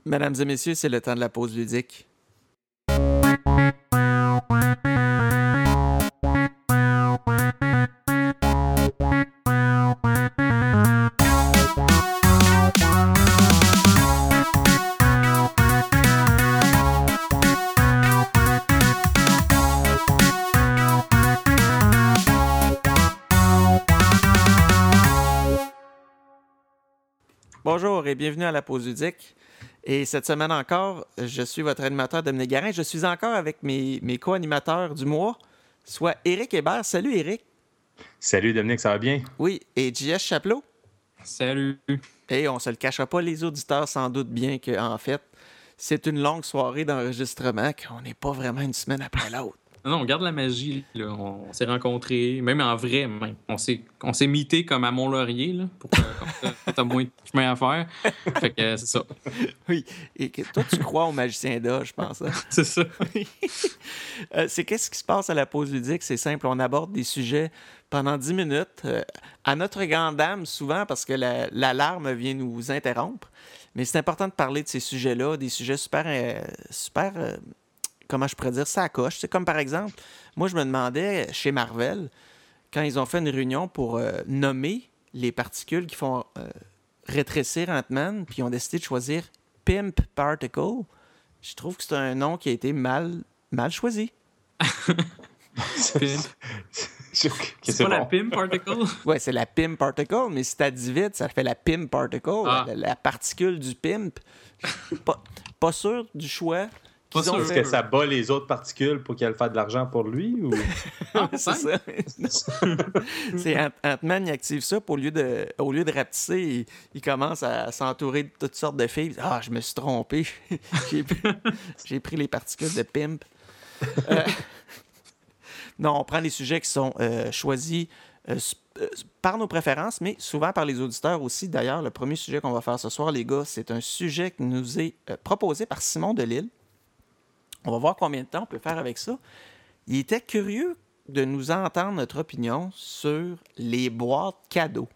Mesdames et messieurs, c'est le temps de la pause ludique. Bonjour et bienvenue à la pause ludique. Et cette semaine encore, je suis votre animateur Dominique Garin. Je suis encore avec mes co-animateurs du mois, soit Éric Hébert. Salut Éric. Salut Dominique, ça va bien? Oui, et JS Chapelot. Salut. Et on se le cachera pas, les auditeurs s'en doutent bien qu'en fait, c'est une longue soirée d'enregistrement, qu'on n'est pas vraiment une semaine après l'autre. Non, on garde la magie. Là. On s'est rencontrés, même en vrai, même. On s'est meetés comme à Mont-Laurier, là, pour que t'as moins de chemin à faire. Fait que c'est ça. Oui, et que toi, tu crois au magicien d'Oz, je pense. Hein? C'est ça. C'est qu'est-ce qui se passe à la pause ludique? C'est simple, on aborde des sujets pendant 10 minutes, à notre grande dame souvent, parce que l'alarme vient nous interrompre. Mais c'est important de parler de ces sujets-là, des sujets super comment je pourrais dire, ça coche. C'est comme par exemple, moi je me demandais chez Marvel, quand ils ont fait une réunion pour nommer les particules qui font rétrécir Ant-Man, puis ils ont décidé de choisir Pimp Particle. Je trouve que c'est un nom qui a été mal choisi. Pimp. C'est pas la Pimp Particle? Ouais, c'est la Pimp Particle, mais si t'as dit vite, ça fait la Pimp Particle, la particule du pimp. Pas sûr du choix. Est-ce que ça bat les autres particules pour qu'elles fassent de l'argent pour lui? Ou... c'est ça. C'est Ant-Man, il active ça, au lieu de rapetisser, il commence à s'entourer de toutes sortes de filles. Ah, je me suis trompé. J'ai pris les particules de pimp. Non, on prend les sujets qui sont choisis par nos préférences, mais souvent par les auditeurs aussi. D'ailleurs, le premier sujet qu'on va faire ce soir, les gars, c'est un sujet qui nous est proposé par Simon Delille. On va voir combien de temps on peut faire avec ça. Il était curieux de nous entendre notre opinion sur les boîtes cadeaux.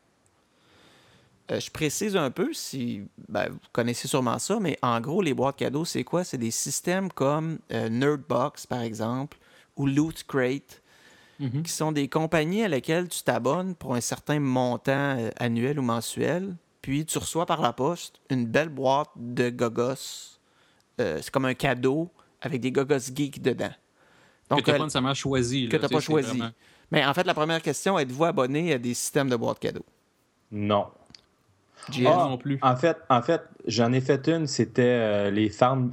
Je précise un peu, vous connaissez sûrement ça, mais en gros, les boîtes cadeaux, c'est quoi? C'est des systèmes comme Nerdbox, par exemple, ou Loot Crate, qui sont des compagnies à lesquelles tu t'abonnes pour un certain montant annuel ou mensuel, puis tu reçois par la poste une belle boîte de gogos. C'est comme un cadeau avec des gogos geeks dedans. Donc, que tu n'as pas nécessairement choisi. Que tu n'as pas choisi. Vraiment... Mais en fait, la première question, êtes-vous abonné à des systèmes de boîtes cadeaux? Non. Non plus. En fait, j'en ai fait une, c'était les fermes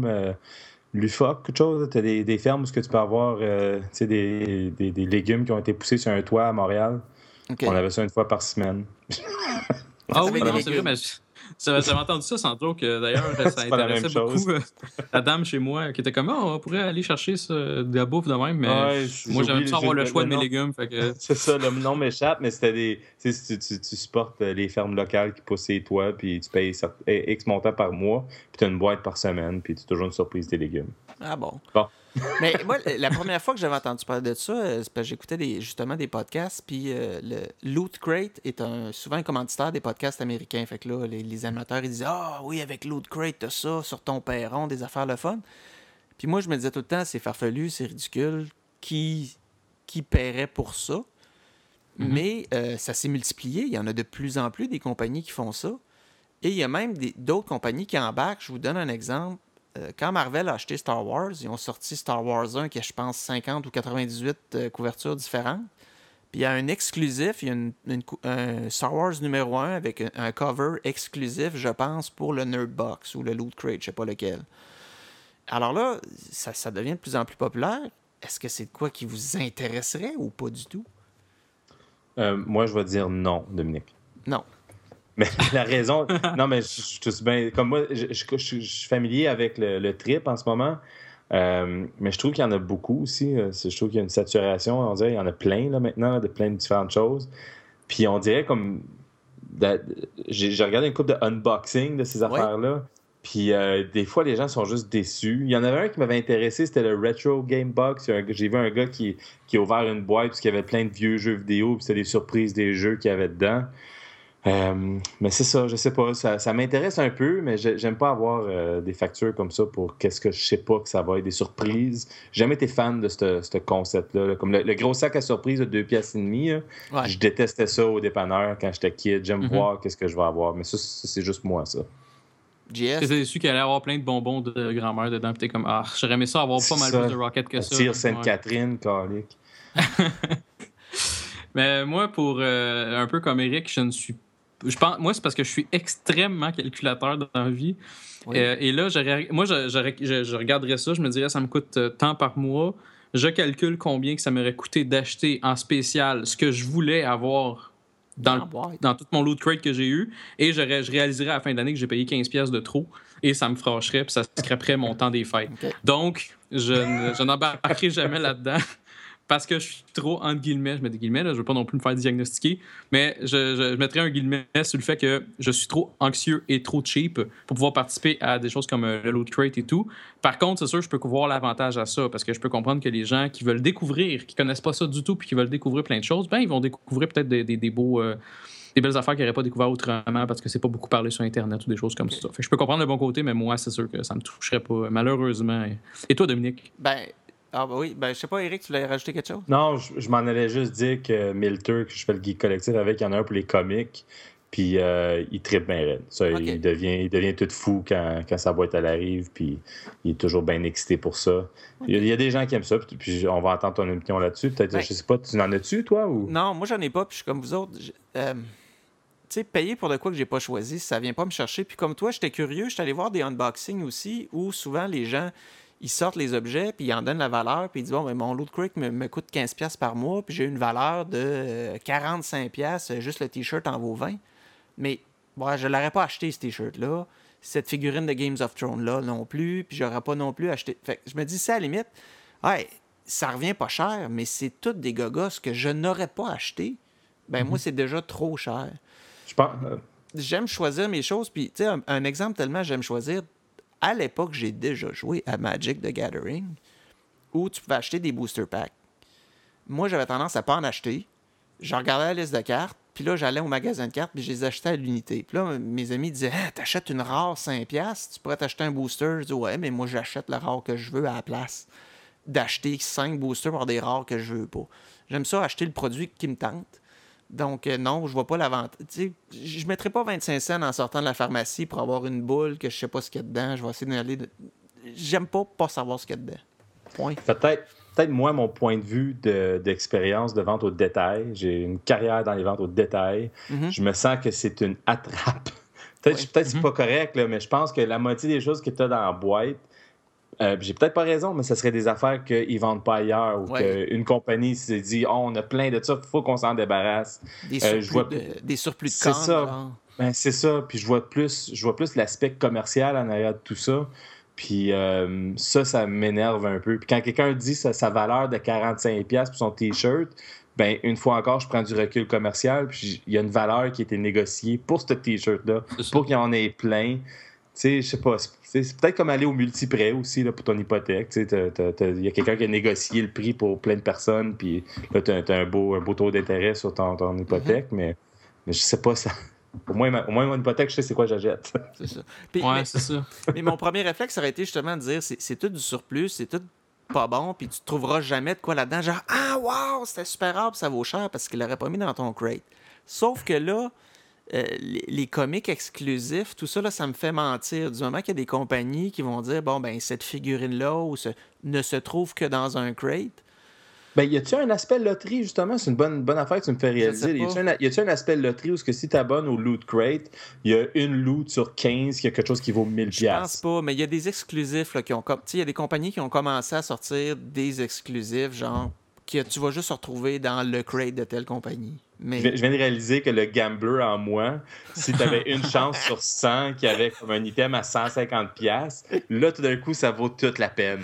Lufoc, quelque chose. Tu as des fermes où tu peux avoir des légumes qui ont été poussés sur un toit à Montréal. Okay. On avait ça une fois par semaine. Ah oui, non, c'est vrai, mais j'avais entendu ça sans trop que d'ailleurs ça intéressait beaucoup la dame chez moi qui était comme on pourrait aller chercher de la bouffe de même, mais moi j'aimais plus avoir le choix de mes légumes. Fait que... C'est ça, le nom m'échappe, mais c'était tu supportes les fermes locales qui poussent les toits, puis tu payes X montant par mois, puis tu as une boîte par semaine, puis tu as toujours une surprise des légumes. Ah bon. Mais moi, la première fois que j'avais entendu parler de ça, c'est parce que j'écoutais justement des podcasts, puis le Loot Crate est souvent un commanditaire des podcasts américains. Fait que là, les animateurs, ils disaient « Ah oui, avec Loot Crate, t'as ça sur ton perron, des affaires le fun. » Puis moi, je me disais tout le temps, c'est farfelu, c'est ridicule, qui paierait pour ça? Mais ça s'est multiplié, il y en a de plus en plus des compagnies qui font ça. Et il y a même d'autres compagnies qui embarquent. Je vous donne un exemple. Quand Marvel a acheté Star Wars, ils ont sorti Star Wars 1 qui a, je pense, 50 ou 98 couvertures différentes. Puis il y a un exclusif, il y a un Star Wars numéro 1 avec un cover exclusif, je pense, pour le Nerdbox ou le Loot Crate, je ne sais pas lequel. Alors là, ça devient de plus en plus populaire. Est-ce que c'est de quoi qui vous intéresserait ou pas du tout? Moi, je vais dire non, Dominique. Non. Mais la raison... Non, mais je suis bien... Comme moi, je suis familier avec le trip en ce moment, mais je trouve qu'il y en a beaucoup aussi. Je trouve qu'il y a une saturation. On dirait qu'il y en a plein là, maintenant, de plein de différentes choses. Puis on dirait comme... J'ai regardé une couple de unboxing de ces affaires-là. Puis des fois, les gens sont juste déçus. Il y en avait un qui m'avait intéressé, c'était le Retro Game Box. J'ai vu un gars qui a ouvert une boîte parce qu'il y avait plein de vieux jeux vidéo, puis c'était des surprises des jeux qu'il y avait dedans. Mais c'est ça, je sais pas. Ça m'intéresse un peu, mais j'aime pas avoir des factures comme ça pour qu'est-ce que je sais pas que ça va être, des surprises. J'ai jamais été fan de ce concept-là. Là. Comme le gros sac à surprise de 2,5 piastres, là, je détestais ça au dépanneur quand j'étais kid. J'aime voir qu'est-ce que je vais avoir. Mais ça, c'est juste moi, ça. J'étais déçu qu'il allait avoir plein de bonbons de grand-mère dedans. Puis t'es comme, j'aurais aimé ça avoir pas mal plus de Rocket que ça. Tire Sainte-Catherine, calique. Mais moi, pour un peu comme Eric, moi, c'est parce que je suis extrêmement calculateur dans la vie. Oui. Et là, je regarderais ça, je me dirais, ça me coûte tant par mois. Je calcule combien que ça m'aurait coûté d'acheter en spécial ce que je voulais avoir dans tout mon loot crate que j'ai eu. Et je réaliserais à la fin d'année que j'ai payé 15$ de trop. Et ça me fâcherait, puis ça scraperait mon temps des fêtes. Okay. Donc, je n'embarquerai jamais là-dedans. Parce que je suis trop, entre guillemets, je mets des guillemets, là, je veux pas non plus me faire diagnostiquer, mais je mettrais un guillemet sur le fait que je suis trop anxieux et trop cheap pour pouvoir participer à des choses comme le loot crate et tout. Par contre, c'est sûr, je peux voir l'avantage à ça, parce que je peux comprendre que les gens qui veulent découvrir, qui connaissent pas ça du tout, puis qui veulent découvrir plein de choses, ben ils vont découvrir peut-être des beaux... des belles affaires qu'ils n'auraient pas découvert autrement parce que c'est pas beaucoup parlé sur Internet ou des choses comme ça. Fait que je peux comprendre le bon côté, mais moi, c'est sûr que ça me toucherait pas, malheureusement. Et toi, Dominique? Oui, je sais pas, Eric, tu voulais rajouter quelque chose? Non, je m'en allais juste dire que Milter, que je fais le geek collectif avec, il y en a un pour les comics, puis il trippe bien raide. Ça, okay. il devient tout fou quand sa boîte elle arrive, puis il est toujours bien excité pour ça. Okay. Il y a des gens qui aiment ça, puis on va entendre ton opinion là-dessus. Peut-être, je sais pas, tu en as-tu, toi? Ou... Non, moi, j'en ai pas, puis je suis comme vous autres. Tu sais, payer pour de quoi que j'ai pas choisi, ça vient pas me chercher. Puis comme toi, j'étais curieux, j'étais allé voir des unboxings aussi, où souvent les gens... ils sortent les objets, puis ils en donnent la valeur, puis ils disent, bon, mon loot crate me coûte 15$ par mois, puis j'ai une valeur de 45$, juste le T-shirt en vaut 20$. Mais je ne l'aurais pas acheté, ce T-shirt-là. Cette figurine de Games of Thrones-là non plus, puis j'aurais pas non plus acheté... Fait que je me dis, ça, à la limite, ça revient pas cher, mais c'est toutes des gogos que je n'aurais pas acheté. Moi, c'est déjà trop cher. Je pense... J'aime choisir mes choses, puis tu sais, un exemple tellement j'aime choisir... À l'époque, j'ai déjà joué à Magic the Gathering où tu pouvais acheter des booster packs. Moi, j'avais tendance à ne pas en acheter. Je regardais la liste de cartes, puis là, j'allais au magasin de cartes, puis je les achetais à l'unité. Puis là, mes amis disaient « t'achètes une rare 5$, tu pourrais t'acheter un booster. » Je dis « Ouais, mais moi, j'achète le rare que je veux à la place d'acheter 5 boosters pour des rares que je veux pas. » J'aime ça, acheter le produit qui me tente. Donc, non, je vois pas la vente. Tu sais, je mettrai pas 25 cents en sortant de la pharmacie pour avoir une boule que je sais pas ce qu'il y a dedans. Je vais essayer d'aller... J'aime pas savoir ce qu'il y a dedans. Point. Peut-être moi, mon point de vue d'expérience de vente au détail. J'ai une carrière dans les ventes au détail. Mm-hmm. Je me sens que c'est une attrape. Peut-être que c'est pas correct, là, mais je pense que la moitié des choses que tu as dans la boîte, j'ai peut-être pas raison, mais ce serait des affaires qu'ils vendent pas ailleurs ou qu'une compagnie s'est dit on a plein de ça, il faut qu'on s'en débarrasse. Des surplus de camp. C'est ça. C'est ça. Puis je vois plus l'aspect commercial en arrière de tout ça. Puis ça m'énerve un peu. Puis quand quelqu'un dit sa valeur de 45$ pour son T-shirt, une fois encore, je prends du recul commercial. Puis il y a une valeur qui a été négociée pour ce T-shirt-là, pour qu'il y en ait plein. Tu sais, je sais pas, c'est peut-être comme aller au multiprêt aussi là, pour ton hypothèque. Tu sais, il y a quelqu'un qui a négocié le prix pour plein de personnes, puis là, tu as un beau taux d'intérêt sur ton hypothèque, mais je sais pas ça. Au moins, mon hypothèque, je sais c'est quoi j'achète. C'est ça. C'est ça. Mais mon premier réflexe aurait été justement de dire c'est tout du surplus, c'est tout pas bon, puis tu trouveras jamais de quoi là-dedans. Genre, wow, c'était super rare, puis ça vaut cher parce qu'il l'aurait pas mis dans ton crate. Sauf que là, les comics exclusifs, tout ça, là, ça me fait mentir. Du moment qu'il y a des compagnies qui vont dire, cette figurine-là ne se trouve que dans un crate. Y a-tu un aspect loterie, justement? C'est une bonne affaire que tu me fais réaliser. Y a-tu un aspect loterie où si tu abonnes au Loot Crate, il y a une loot sur 15 qui a quelque chose qui vaut 1000$? Je pense pas, mais il y a des exclusifs là, qui ont... Il y a des compagnies qui ont commencé à sortir des exclusifs, genre, que tu vas juste retrouver dans le crate de telle compagnie. Mais... Je viens de réaliser que le gambler en moi, si tu avais une chance sur 100 qui avait comme un item à 150$, là, tout d'un coup, ça vaut toute la peine.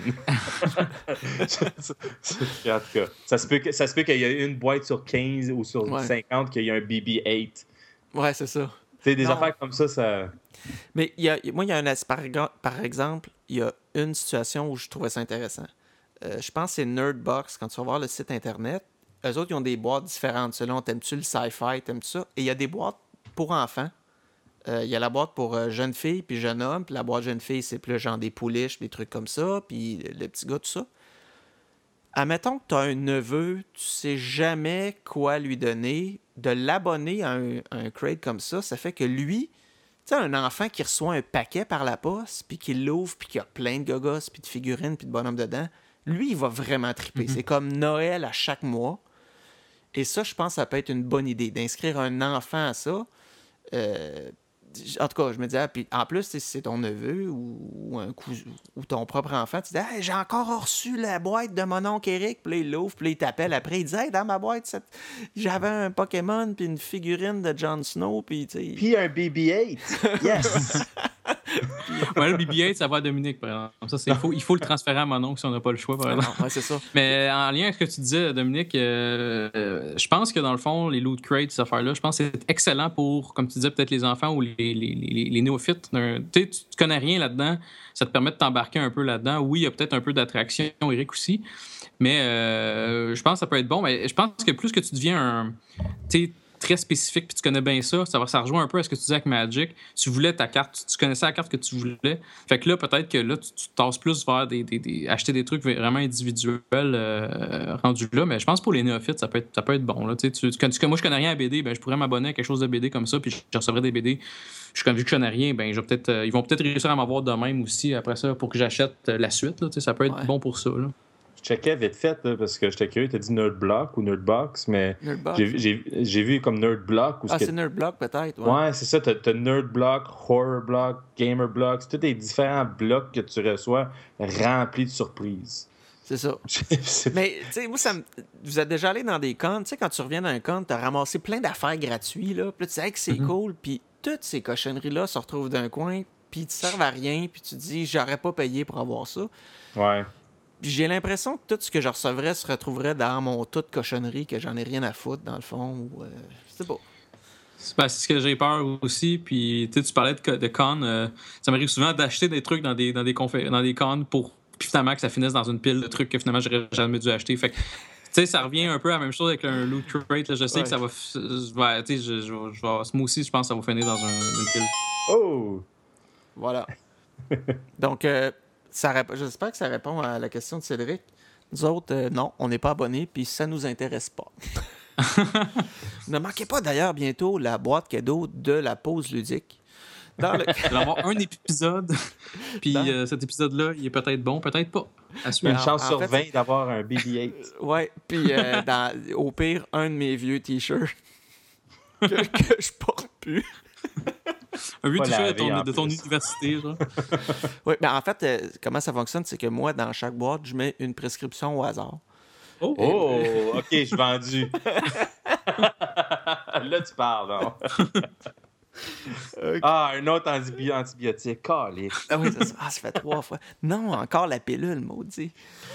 En tout cas, ça se peut qu'il y ait une boîte sur 15 ou sur 50 qu'il y ait un BB-8. Ouais, c'est ça. C'est des affaires comme ça... Mais par exemple, il y a une situation où je trouvais ça intéressant. Je pense que c'est Nerdbox, quand tu vas voir le site Internet. Eux autres, ils ont des boîtes différentes. Selon, t'aimes-tu le sci-fi, t'aimes-tu ça? Et il y a des boîtes pour enfants. Il y a la boîte pour jeune fille puis jeune homme. Puis la boîte jeune fille, c'est plus genre des pouliches, des trucs comme ça. Puis le petit gars, tout ça. Admettons que tu as un neveu, tu sais jamais quoi lui donner. De l'abonner à un crate comme ça fait que lui, tu sais, un enfant qui reçoit un paquet par la poste, puis qui l'ouvre, puis qui a plein de gogos, puis de figurines, puis de bonhommes dedans, lui, il va vraiment triper. C'est comme Noël à chaque mois. Et ça, je pense que ça peut être une bonne idée, d'inscrire un enfant à ça. En tout cas, je me disais, puis en plus, si c'est ton neveu ou un cousin ou ton propre enfant, tu dis, hey, j'ai encore reçu la boîte de mon oncle Eric, puis là, il l'ouvre, puis là, il t'appelle après, il dit, hey, dans ma boîte, j'avais un Pokémon, puis une figurine de Jon Snow, puis tu sais. Puis un BB-8. Yes! Ouais, le BB-8, ça va à Dominique, par exemple. Il faut le transférer à mon oncle si on n'a pas le choix, par exemple. Ouais, c'est ça. Mais en lien avec ce que tu disais, Dominique, je pense que dans le fond, les loot crates, ces affaires-là, je pense que c'est excellent pour, comme tu disais, peut-être les enfants ou les néophytes. Tu connais rien là-dedans, ça te permet de t'embarquer un peu là-dedans. Oui, il y a peut-être un peu d'attraction, Eric aussi, mais je pense que ça peut être bon. Mais je pense que plus que tu deviens très spécifique, puis tu connais bien ça rejoint un peu à ce que tu disais avec Magic. Tu voulais ta carte, tu connaissais la carte que tu voulais. Fait que là, peut-être que là, tu tasses plus vers acheter des trucs vraiment individuels rendus là, mais je pense que pour les néophytes, ça peut être bon. Là. Moi, je connais rien à BD, ben, je pourrais m'abonner à quelque chose de BD comme ça, puis je recevrais des BD. Vu que je connais rien, ben, ils vont peut-être réussir à m'avoir de même aussi après ça pour que j'achète la suite. Là, ça peut être bon pour ça. Là. Je checkais vite fait, là, parce que j'étais curieux. Tu as dit Nerdblock ou Nerdbox, mais j'ai vu comme Nerdblock. C'est Nerdblock peut-être. Ouais, c'est ça. Tu as Nerdblock, Horrorblock, Gamerblock. C'est tous des différents blocs que tu reçois remplis de surprises. C'est ça. Mais, tu sais, moi, vous êtes déjà allé dans des camps. Tu sais, quand tu reviens d'un camp, tu as ramassé plein d'affaires gratuites, là. Puis tu sais que c'est cool. Puis toutes ces cochonneries-là se retrouvent d'un coin, puis ils te servent à rien. Puis tu te dis, j'aurais pas payé pour avoir ça. Ouais. J'ai l'impression que tout ce que je recevrais se retrouverait dans mon tas de cochonneries, que j'en ai rien à foutre, dans le fond. Je sais pas. C'est ce que j'ai peur aussi. Puis tu parlais de cons. Ça m'arrive souvent d'acheter des trucs dans des cons pour puis finalement que ça finisse dans une pile de trucs que finalement j'aurais jamais dû acheter. Fait que, tu sais, ça revient un peu à la même chose avec un loot crate. Là. Je sais que ça va... moi aussi, je pense que ça va finir dans une pile. Oh! Voilà. Donc... j'espère que ça répond à la question de Cédric. Nous autres, non, on n'est pas abonnés, puis ça nous intéresse pas. Ne manquez pas d'ailleurs bientôt la boîte cadeau de la pause ludique. Il va y avoir un épisode, puis cet épisode-là, il est peut-être bon, peut-être pas. Une chance sur 20 d'avoir un BB-8. Ouais, puis au pire, un de mes vieux t-shirts que je porte plus. Un vieux t-shirt de ton université, genre. Oui, mais en fait, comment ça fonctionne, c'est que moi, dans chaque boîte, je mets une prescription au hasard. OK, je suis vendu. Là, tu parles, non? Okay. Un autre antibiotique. Calé. Ah oui, c'est ça. Ça fait 3 fois. Non, encore la pilule, maudit.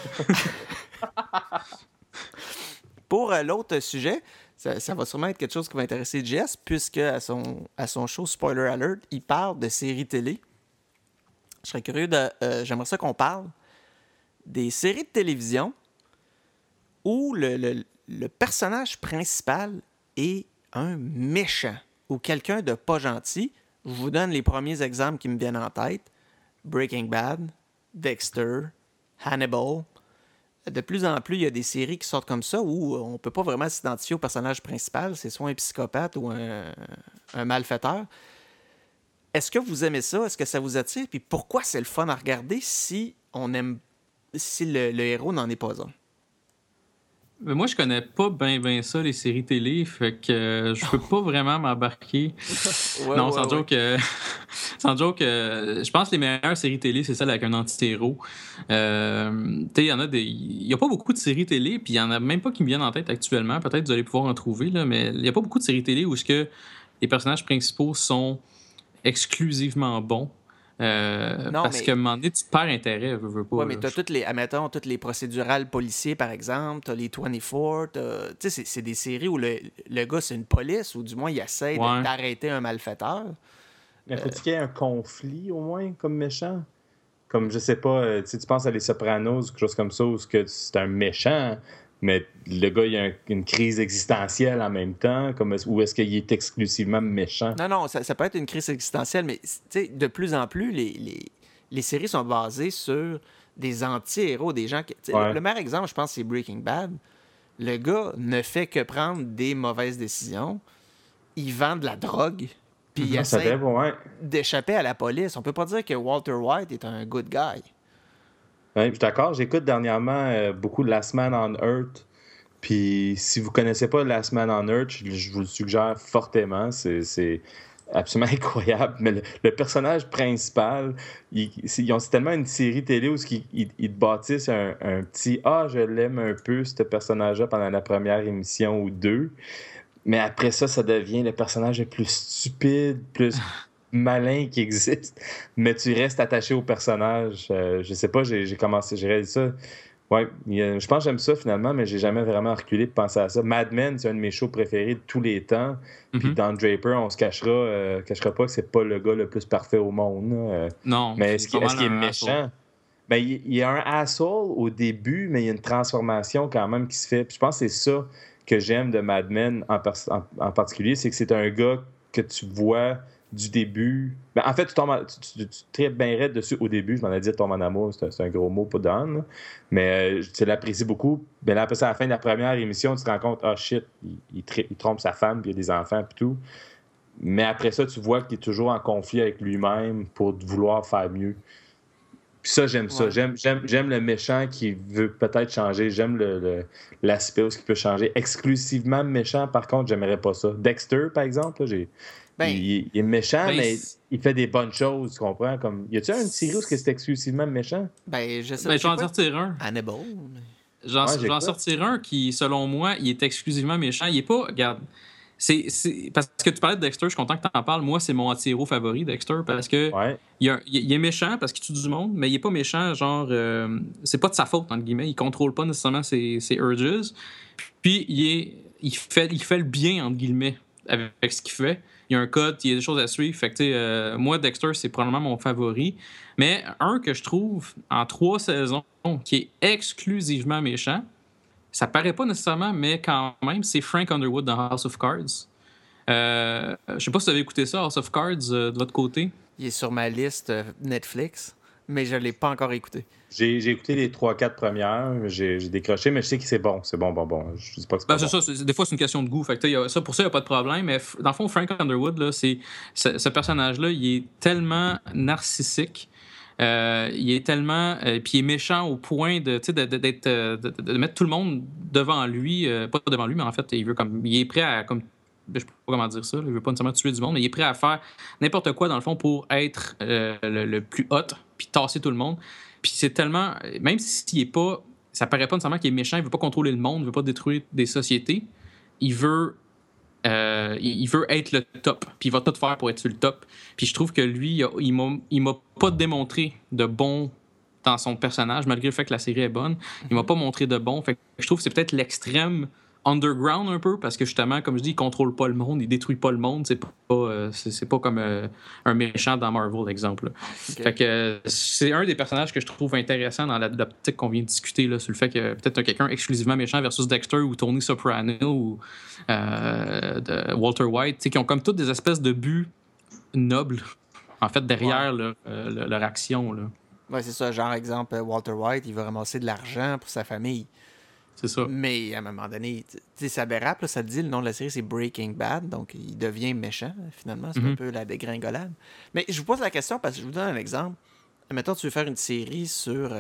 Pour l'autre sujet, ça va sûrement être quelque chose qui va intéresser Jess, puisque à son show Spoiler Alert, il parle de séries télé. Je serais curieux j'aimerais ça qu'on parle des séries de télévision où le personnage principal est un méchant ou quelqu'un de pas gentil. Je vous donne les premiers exemples qui me viennent en tête. Breaking Bad, Dexter, Hannibal. De plus en plus, il y a des séries qui sortent comme ça où on ne peut pas vraiment s'identifier au personnage principal. C'est soit un psychopathe ou un malfaiteur. Est-ce que vous aimez ça? Est-ce que ça vous attire? Puis pourquoi c'est le fun à regarder si le héros n'en est pas un? Mais moi, je connais pas bien ça, les séries télé, fait que je peux pas vraiment m'embarquer. Sans joke, je pense que les meilleures séries télé, c'est celles avec un anti-héros. Il y a pas beaucoup de séries télé, puis il y en a même pas qui me viennent en tête actuellement. Peut-être que vous allez pouvoir en trouver, là, mais il y a pas beaucoup de séries télé où les personnages principaux sont exclusivement bons. Parce qu'à un moment donné, tu perds intérêt, veux pas. Oui, mais t'as toutes les procédurales policiers, par exemple, t'as les 24, tu sais, c'est des séries où le gars, c'est une police, ou du moins, il essaie d'arrêter un malfaiteur. Mais faut-il qu'il y ait un conflit, au moins, comme méchant? Comme, je sais pas, tu penses à Les Sopranos ou quelque chose comme ça, où c'est un méchant, mais le gars, il a une crise existentielle en même temps, ou est-ce qu'il est exclusivement méchant? Non, ça peut être une crise existentielle, mais de plus en plus, les séries sont basées sur des anti-héros, des gens qui... Le meilleur exemple, je pense, c'est Breaking Bad. Le gars ne fait que prendre des mauvaises décisions. Il vend de la drogue, puis il essaie d'échapper à la police. On peut pas dire que Walter White est un good guy. Oui, je suis d'accord. J'écoute dernièrement beaucoup de Last Man on Earth. Puis si vous connaissez pas Last Man on Earth, je vous le suggère fortement. C'est absolument incroyable. Mais le personnage principal, c'est tellement une série télé où ils te bâtissent un petit « Ah, je l'aime un peu, ce personnage-là, pendant la première émission ou deux. » Mais après ça devient le personnage le plus stupide, plus malin qui existe. Mais tu restes attaché au personnage. Je sais pas, j'ai réalisé ça. Ouais, je pense que j'aime ça finalement, mais j'ai jamais vraiment reculé de penser à ça. Mad Men, c'est un de mes shows préférés de tous les temps. Puis dans Draper, on se cachera pas que c'est pas le gars le plus parfait au monde. Non. Mais est-ce qu'il est méchant? Ben, il y a un asshole au début, mais il y a une transformation quand même qui se fait. Puis je pense que c'est ça que j'aime de Mad Men en particulier, c'est que c'est un gars que tu vois du début. Ben, en fait, tu tripes bien raide dessus au début. Je m'en ai dit tomber en amour, c'est un gros mot, pas d'âne. Mais tu l'apprécies beaucoup. Ben, là, après ça, à la fin de la première émission, tu te rends compte, shit, il trompe sa femme, puis il y a des enfants, puis tout. Mais après ça, tu vois qu'il est toujours en conflit avec lui-même pour vouloir faire mieux. Puis ça, j'aime ça. J'aime le méchant qui veut peut-être changer. J'aime l'aspect où il peut changer. Exclusivement méchant, par contre, j'aimerais pas ça. Dexter, par exemple, là, il est méchant, mais il fait des bonnes choses, tu comprends? Comme, y a-tu une série où c'est exclusivement méchant? Je sais je vais en sortir un. Hannibal. Je vais en sortir un qui, selon moi, il est exclusivement méchant. Il est pas... Regarde, c'est parce que tu parlais de Dexter, je suis content que tu en parles. Moi, c'est mon anti-héros favori, Dexter, parce que il est méchant parce qu'il tue du monde, mais il est pas méchant, genre... c'est pas de sa faute, entre guillemets. Il contrôle pas nécessairement ses urges. Puis, il fait le bien, entre guillemets, avec ce qu'il fait. Il y a un code, il y a des choses à suivre. Fait que, moi, Dexter, c'est probablement mon favori. Mais un que je trouve, en 3 saisons, qui est exclusivement méchant, ça paraît pas nécessairement, mais quand même, c'est Frank Underwood dans House of Cards. Je sais pas si vous avez écouté ça, House of Cards, de votre côté. Il est sur ma liste Netflix, mais je l'ai pas encore écouté. J'ai écouté les 3-4 premières, j'ai décroché, mais je sais que c'est bon. C'est bon. Je dis pas que c'est pas bon. Ça, des fois, c'est une question de goût. Fait que, pour ça, il n'y a pas de problème. Mais dans le fond, Frank Underwood, là, ce personnage-là, il est tellement narcissique. Il est tellement... puis il est méchant au point de mettre tout le monde devant lui. Pas devant lui, mais en fait, il est prêt à... je sais pas comment dire ça. Il veut pas nécessairement tuer du monde, mais il est prêt à faire n'importe quoi, dans le fond, pour être le plus hot, puis tasser tout le monde. Puis c'est tellement... Même s'il est pas... Ça paraît pas nécessairement qu'il est méchant, il veut pas contrôler le monde, il veut pas détruire des sociétés. Il veut être le top, puis il va tout faire pour être sur le top. Puis je trouve que lui, il m'a pas démontré de bon dans son personnage, malgré le fait que la série est bonne. Il m'a pas montré de bon. Fait que je trouve que c'est peut-être l'extrême underground un peu, parce que justement, comme je dis, il contrôle pas le monde, il détruit pas le monde. C'est pas comme un méchant dans Marvel, exemple. Okay. Fait que c'est un des personnages que je trouve intéressant dans l'optique qu'on vient de discuter là, sur le fait que peut-être quelqu'un exclusivement méchant versus Dexter ou Tony Soprano ou de Walter White, qui ont comme toutes des espèces de buts nobles, en fait, derrière leur action. Là. Ouais, c'est ça. Genre, exemple, Walter White, il veut ramasser de l'argent pour sa famille. C'est ça. Mais à un moment donné, ça dérape, là, ça te dit, le nom de la série, c'est Breaking Bad, donc il devient méchant, finalement. C'est un peu la dégringolade. Mais je vous pose la question parce que je vous donne un exemple. Mettons, tu veux faire une série sur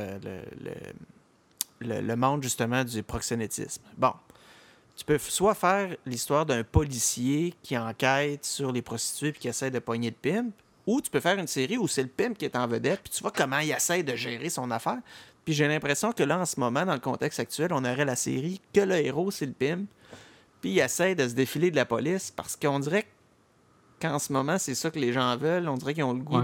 le monde, justement, du proxénétisme. Bon. Tu peux soit faire l'histoire d'un policier qui enquête sur les prostituées puis qui essaie de pogner le pimp, ou tu peux faire une série où c'est le pimp qui est en vedette puis tu vois comment il essaie de gérer son affaire. Puis j'ai l'impression que là, en ce moment, dans le contexte actuel, on aurait la série que le héros, c'est le pimp, puis il essaie de se défiler de la police parce qu'on dirait qu'en ce moment, c'est ça que les gens veulent. On dirait qu'ils ont le goût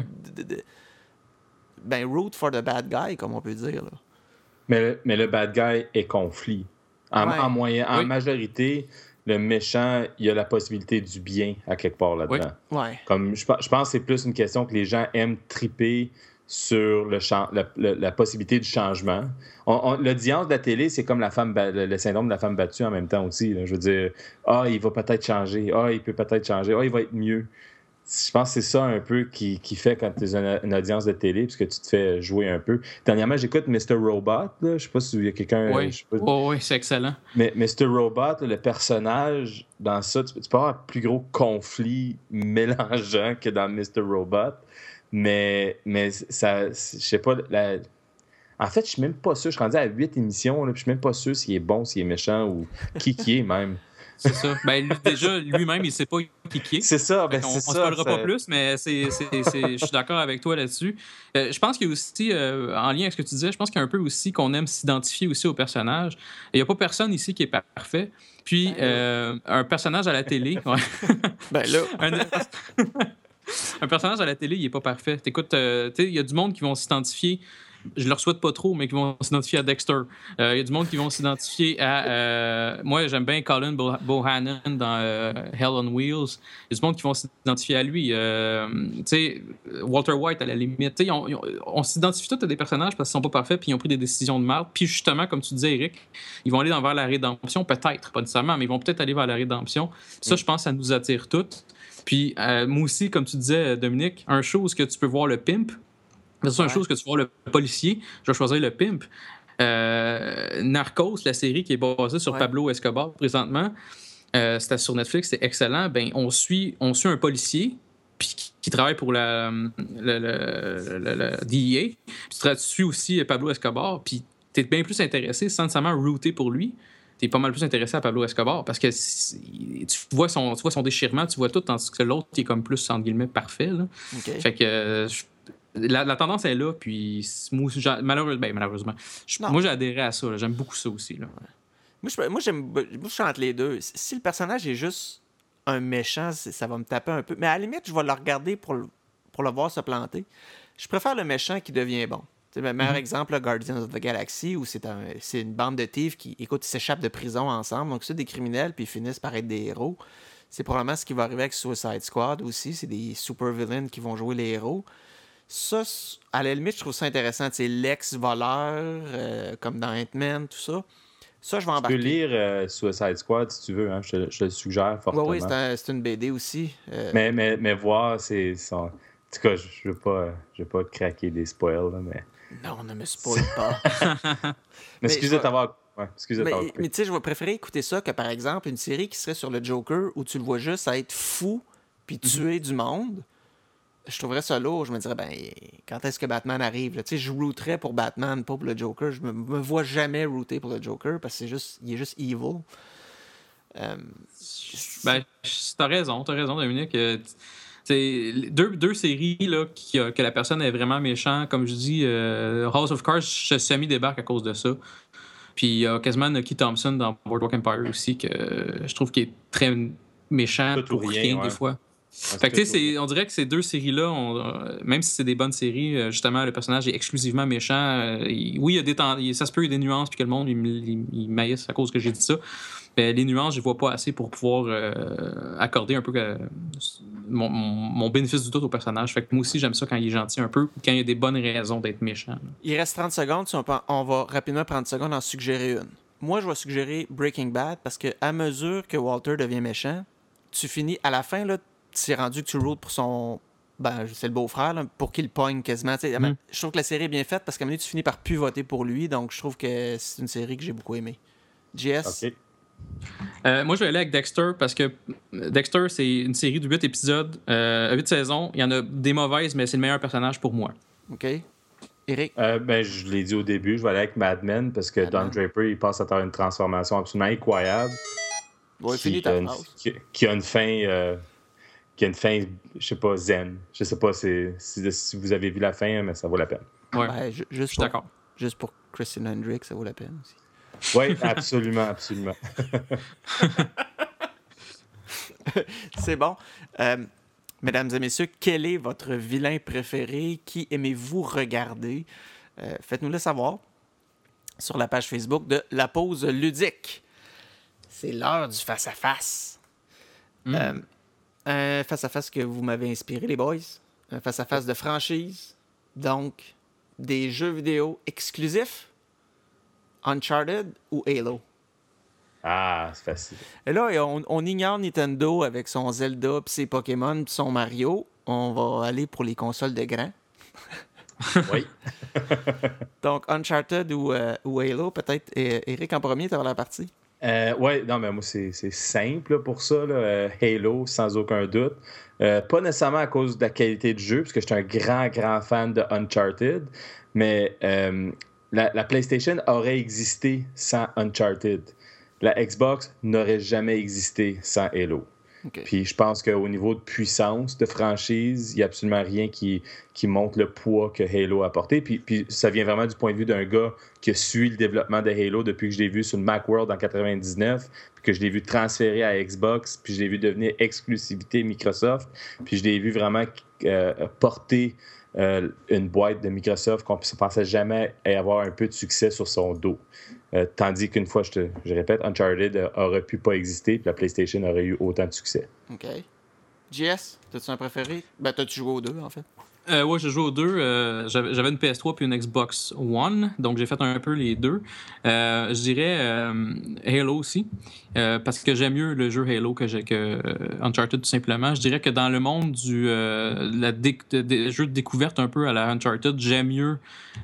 de root for the bad guy, comme on peut dire. Là. Mais le bad guy est conflit. En majorité, le méchant, il y a la possibilité du bien à quelque part là-dedans. Ouais. Comme je pense que c'est plus une question que les gens aiment triper sur la possibilité du changement. L'audience de la télé, c'est comme le syndrome de la femme battue en même temps aussi. Là. Je veux dire, il va peut-être changer. Il peut peut-être changer. Il va être mieux. Je pense que c'est ça un peu qui fait quand tu es une audience de télé, puisque tu te fais jouer un peu. Dernièrement, j'écoute Mr. Robot. Là. Je sais pas s'il y a quelqu'un... Oui, c'est excellent. Mais Mr. Robot, le personnage, dans ça, tu peux avoir un plus gros conflit mélangeant que dans Mr. Robot. Mais ça, je sais pas... En fait, je suis même pas sûr. Je suis rendu à 8 émissions, là, puis je suis même pas sûr s'il est bon, s'il est méchant ou qui est même. C'est ça. Déjà, lui-même, il sait pas qui est. C'est ça. On se parlera pas plus, mais je suis d'accord avec toi là-dessus. Je pense qu'il y a aussi, en lien avec ce que tu disais, je pense qu'il y a un peu aussi qu'on aime s'identifier aussi au personnage. Il n'y a pas personne ici qui est parfait. Puis, un personnage à la télé... Un personnage à la télé, il est pas parfait. T'écoutes, il y a du monde qui vont s'identifier, je leur souhaite pas trop, mais qui vont s'identifier à Dexter. Il y a du monde qui vont s'identifier à... moi, j'aime bien Colin Bohannon dans Hell on Wheels. Il y a du monde qui vont s'identifier à lui. Walter White, à la limite. On s'identifie tous à des personnages parce qu'ils sont pas parfaits puis ils ont pris des décisions de merde. Puis justement, comme tu disais, Eric, ils vont aller vers la rédemption, peut-être, pas nécessairement, mais ils vont peut-être aller vers la rédemption. Ça, je pense, ça nous attire toutes. Puis, moi aussi, comme tu disais, Dominique, un show où tu peux voir le pimp, c'est une chose que tu vois le policier, je vais choisir le pimp. Narcos, la série qui est basée sur Pablo Escobar présentement, c'était sur Netflix, c'est excellent. On suit un policier qui travaille pour la DEA. Puis tu suis aussi Pablo Escobar, puis tu es bien plus intéressé sans nécessairement router pour lui. Tu es pas mal plus intéressé à Pablo Escobar parce que tu vois son déchirement, tu vois tout, tandis que l'autre qui est comme plus, entre guillemets, parfait. Là. Okay. Fait que... La tendance est là, puis malheureusement. Moi, j'ai adhéré à ça. Là. J'aime beaucoup ça aussi. Là. Moi, je suis entre les deux. Si le personnage est juste un méchant, ça va me taper un peu. Mais à la limite, je vais le regarder pour le voir se planter. Je préfère le méchant qui devient bon. Le meilleur exemple, là, Guardians of the Galaxy, où c'est une bande de thieves qui, écoute, ils s'échappent de prison ensemble. Donc, c'est des criminels, puis ils finissent par être des héros. C'est probablement ce qui va arriver avec Suicide Squad aussi. C'est des super villains qui vont jouer les héros. Ça, à la limite, je trouve ça intéressant. Tu sais, l'ex-voleur, comme dans Ant-Man, tout ça. Ça, je vais embarquer. Tu peux lire Suicide Squad si tu veux. Hein? Je te le suggère fortement. Oui, c'est une BD aussi. Mais voir, c'est... En tout cas, je veux pas craquer des spoils, là, mais... Non, ne me spoil pas. mais excusez de t'avoir... Ouais, mais tu sais, je vais préférer écouter ça que, par exemple, une série qui serait sur le Joker où tu le vois juste être fou puis tuer du monde. Je trouverais ça lourd. Je me dirais, quand est-ce que Batman arrive? Tu sais, je rooterais pour Batman, pas pour le Joker. Je me vois jamais rooter pour le Joker parce qu'il est juste evil. T'as raison, Dominique. Deux séries là, que la personne est vraiment méchant. Comme je dis, House of Cards, je semi-débarque à cause de ça. Puis il y a quasiment Nucky Thompson dans Boardwalk Empire aussi, que je trouve qu'il est très méchant pour rien des fois. Fait que, on dirait que ces deux séries-là, même si c'est des bonnes séries, justement, le personnage est exclusivement méchant. Oui, ça se peut, il y a des nuances, puis que le monde, il maïsse à cause que j'ai dit ça. Mais les nuances, je ne vois pas assez pour pouvoir accorder un peu mon bénéfice du doute au personnage. Fait que moi aussi, j'aime ça quand il est gentil un peu, ou quand il y a des bonnes raisons d'être méchant. Là. Il reste 30 secondes. On va rapidement prendre 30 secondes en suggérer une. Moi, je vais suggérer Breaking Bad, parce qu'à mesure que Walter devient méchant, tu finis à la fin, là, c'est rendu que tu routes pour son... c'est le beau-frère, là, pour qu'il pogne quasiment. Je trouve que la série est bien faite parce qu'à un moment donné, tu finis par plus voter pour lui. Donc, je trouve que c'est une série que j'ai beaucoup aimée. JS? OK. Moi, je vais aller avec Dexter parce que Dexter, c'est une série de 8 épisodes, 8 saisons. Il y en a des mauvaises, mais c'est le meilleur personnage pour moi. OK. Eric? Je l'ai dit au début, je vais aller avec Mad Men parce que Don Draper, il passe à travers une transformation absolument incroyable. Qui a une fin... qui a une fin, je sais pas, zen. Je sais pas si vous avez vu la fin, mais ça vaut la peine. Ouais. Je suis d'accord. Juste pour Christian Hendricks, ça vaut la peine aussi. Oui, absolument, absolument. C'est bon. Mesdames et messieurs, quel est votre vilain préféré? Qui aimez-vous regarder? Faites-nous le savoir sur la page Facebook de La Pause Ludique. C'est l'heure du face-à-face. Un face-à-face que vous m'avez inspiré, les boys. Un face-à-face de franchise. Donc, des jeux vidéo exclusifs, Uncharted ou Halo? Ah, c'est facile. Et là, on ignore Nintendo avec son Zelda, puis ses Pokémon, puis son Mario. On va aller pour les consoles de grands. Oui. Donc, Uncharted ou Halo, peut-être. Eric, en premier, tu as la partie. Oui, non, mais moi, c'est simple là, pour ça. Là. Halo, sans aucun doute. Pas nécessairement à cause de la qualité du jeu, parce que je suis un grand fan de Uncharted, mais la PlayStation aurait existé sans Uncharted. La Xbox n'aurait jamais existé sans Halo. Okay. Puis je pense qu'au niveau de puissance de franchise, il n'y a absolument rien qui montre le poids que Halo a apporté. Puis ça vient vraiment du point de vue d'un gars qui a suivi le développement de Halo depuis que je l'ai vu sur le Macworld en 99, puis que je l'ai vu transférer à Xbox, puis je l'ai vu devenir exclusivité Microsoft, puis je l'ai vu vraiment porter une boîte de Microsoft qu'on ne pensait jamais avoir un peu de succès sur son dos. Tandis qu'une fois, je répète, Uncharted aurait pu pas exister, puis la PlayStation aurait eu autant de succès. OK. JS, t'as-tu un préféré? Ben, t'as-tu joué aux deux, en fait? Oui, j'ai joué aux deux. J'avais une PS3 puis une Xbox One, donc j'ai fait un peu les deux. Je dirais Halo aussi, parce que j'aime mieux le jeu Halo que Uncharted tout simplement. Je dirais que dans le monde du jeu de découverte un peu à la Uncharted, j'aime mieux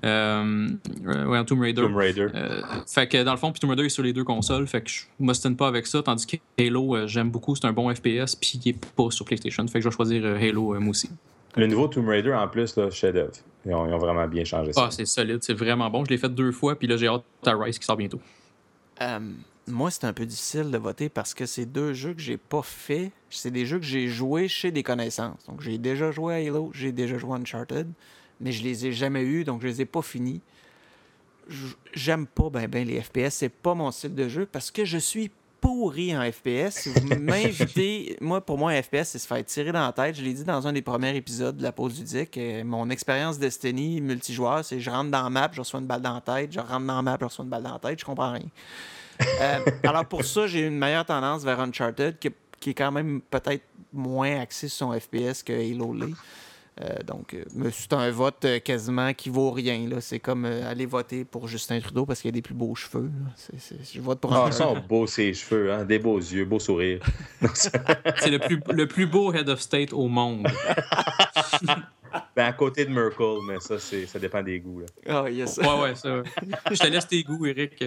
Tomb Raider. Fait que dans le fond, Tomb Raider est sur les deux consoles, fait que je m'ostine pas avec ça, tandis que Halo, j'aime beaucoup, c'est un bon FPS, puis il est pas sur PlayStation, fait que je vais choisir Halo moi aussi. Le nouveau Tomb Raider, en plus, là, chef-d'œuvre. Ils ont vraiment bien changé ça. Ah, c'est solide, c'est vraiment bon. Je l'ai fait 2 fois, puis là, j'ai hâte à Rise qui sort bientôt. Moi, c'est un peu difficile de voter parce que c'est 2 jeux que j'ai pas fait. C'est des jeux que j'ai joués chez des connaissances. Donc, j'ai déjà joué à Halo, j'ai déjà joué à Uncharted, mais je les ai jamais eus, donc je les ai pas finis. J'aime pas ben les FPS, c'est pas mon style de jeu parce que je suis pourri en FPS. Si vous m'invitez, pour moi, un FPS, c'est se faire tirer dans la tête. Je l'ai dit dans un des premiers épisodes de la pause ludique. Mon expérience Destiny multijoueur, c'est je rentre dans la map, je reçois une balle dans la tête, je rentre dans la map, je reçois une balle dans la tête, je comprends rien. Alors pour ça, j'ai une meilleure tendance vers Uncharted, qui est quand même peut-être moins axé sur son FPS que Halo l'est. Donc, c'est un vote quasiment qui vaut rien. Là. C'est comme aller voter pour Justin Trudeau parce qu'il a des plus beaux cheveux. Je vote pour ils sont beaux ses cheveux, hein? Des beaux yeux, beaux sourires. C'est le plus beau head of state au monde. Ben, à côté de Merkel, mais ça dépend des goûts. Ah, yes. Ouais, ça. Je te laisse tes goûts, Eric.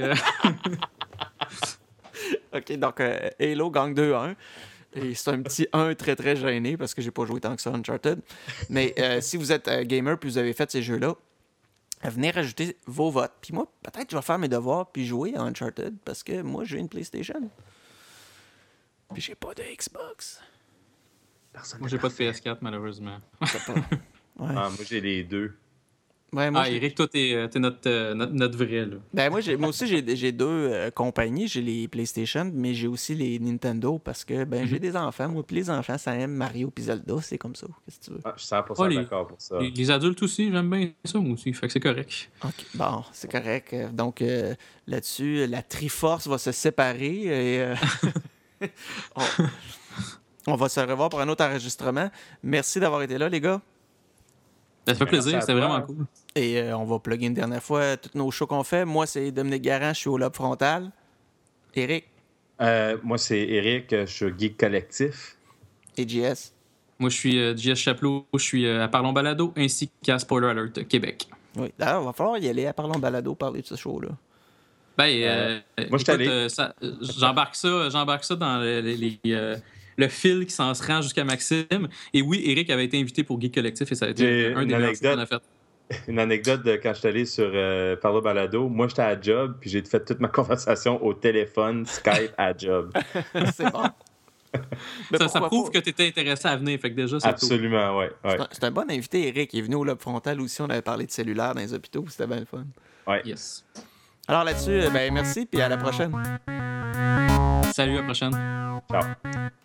OK, donc Halo gagne 2-1. Et c'est un petit 1 très, très gêné parce que j'ai pas joué tant que ça à Uncharted. Mais si vous êtes gamer et vous avez fait ces jeux-là, venez rajouter vos votes. Puis moi, peut-être je vais faire mes devoirs puis jouer à Uncharted parce que moi, j'ai une PlayStation. Puis j'ai pas de Xbox. Moi, j'ai pas de PS4, malheureusement. Ouais. Moi, j'ai les deux. Ouais, moi, Eric, toi, t'es notre vrai, là. Ben, moi aussi, j'ai 2 compagnies. J'ai les PlayStation, mais j'ai aussi les Nintendo parce que j'ai des enfants. Moi, puis les enfants, ça aime Mario puis Zelda. C'est comme ça. Qu'est-ce que tu veux? Je suis 100% d'accord pour ça. Les adultes aussi, j'aime bien ça, moi aussi. Fait que c'est correct. OK, bon, c'est correct. Donc, là-dessus, la Triforce va se séparer et on va se revoir pour un autre enregistrement. Merci d'avoir été là, les gars. Ça fait plaisir, c'était vraiment cool. Et on va plugger une dernière fois tous nos shows qu'on fait. Moi, c'est Dominique Garand, je suis au Lobe Frontal. Eric? Moi, c'est Eric, je suis au Geek Collectif. Et JS? Moi, je suis JS Chapelot, je suis à Parlons Balado ainsi qu'à Spoiler Alert Québec. Oui, d'ailleurs, il va falloir y aller à Parlons Balado, parler de ce show-là. Moi, je t'allais. J'embarque ça dans le fil qui s'en se rend jusqu'à Maxime. Et oui, Eric avait été invité pour Geek Collectif et ça a été un des meilleurs qu'on a fait. Une anecdote de quand je suis allé sur Parlo Balado. Moi, j'étais à job, puis j'ai fait toute ma conversation au téléphone, Skype à job. C'est bon. Ça prouve que tu étais intéressé à venir. Fait que déjà, c'est absolument, oui. Ouais. C'est un bon invité, Eric. Il est venu au Lobe Frontal aussi. On avait parlé de cellulaire dans les hôpitaux. C'était bien le fun. Ouais. Yes. Alors là-dessus, merci, puis à la prochaine. Salut, à la prochaine. Ciao.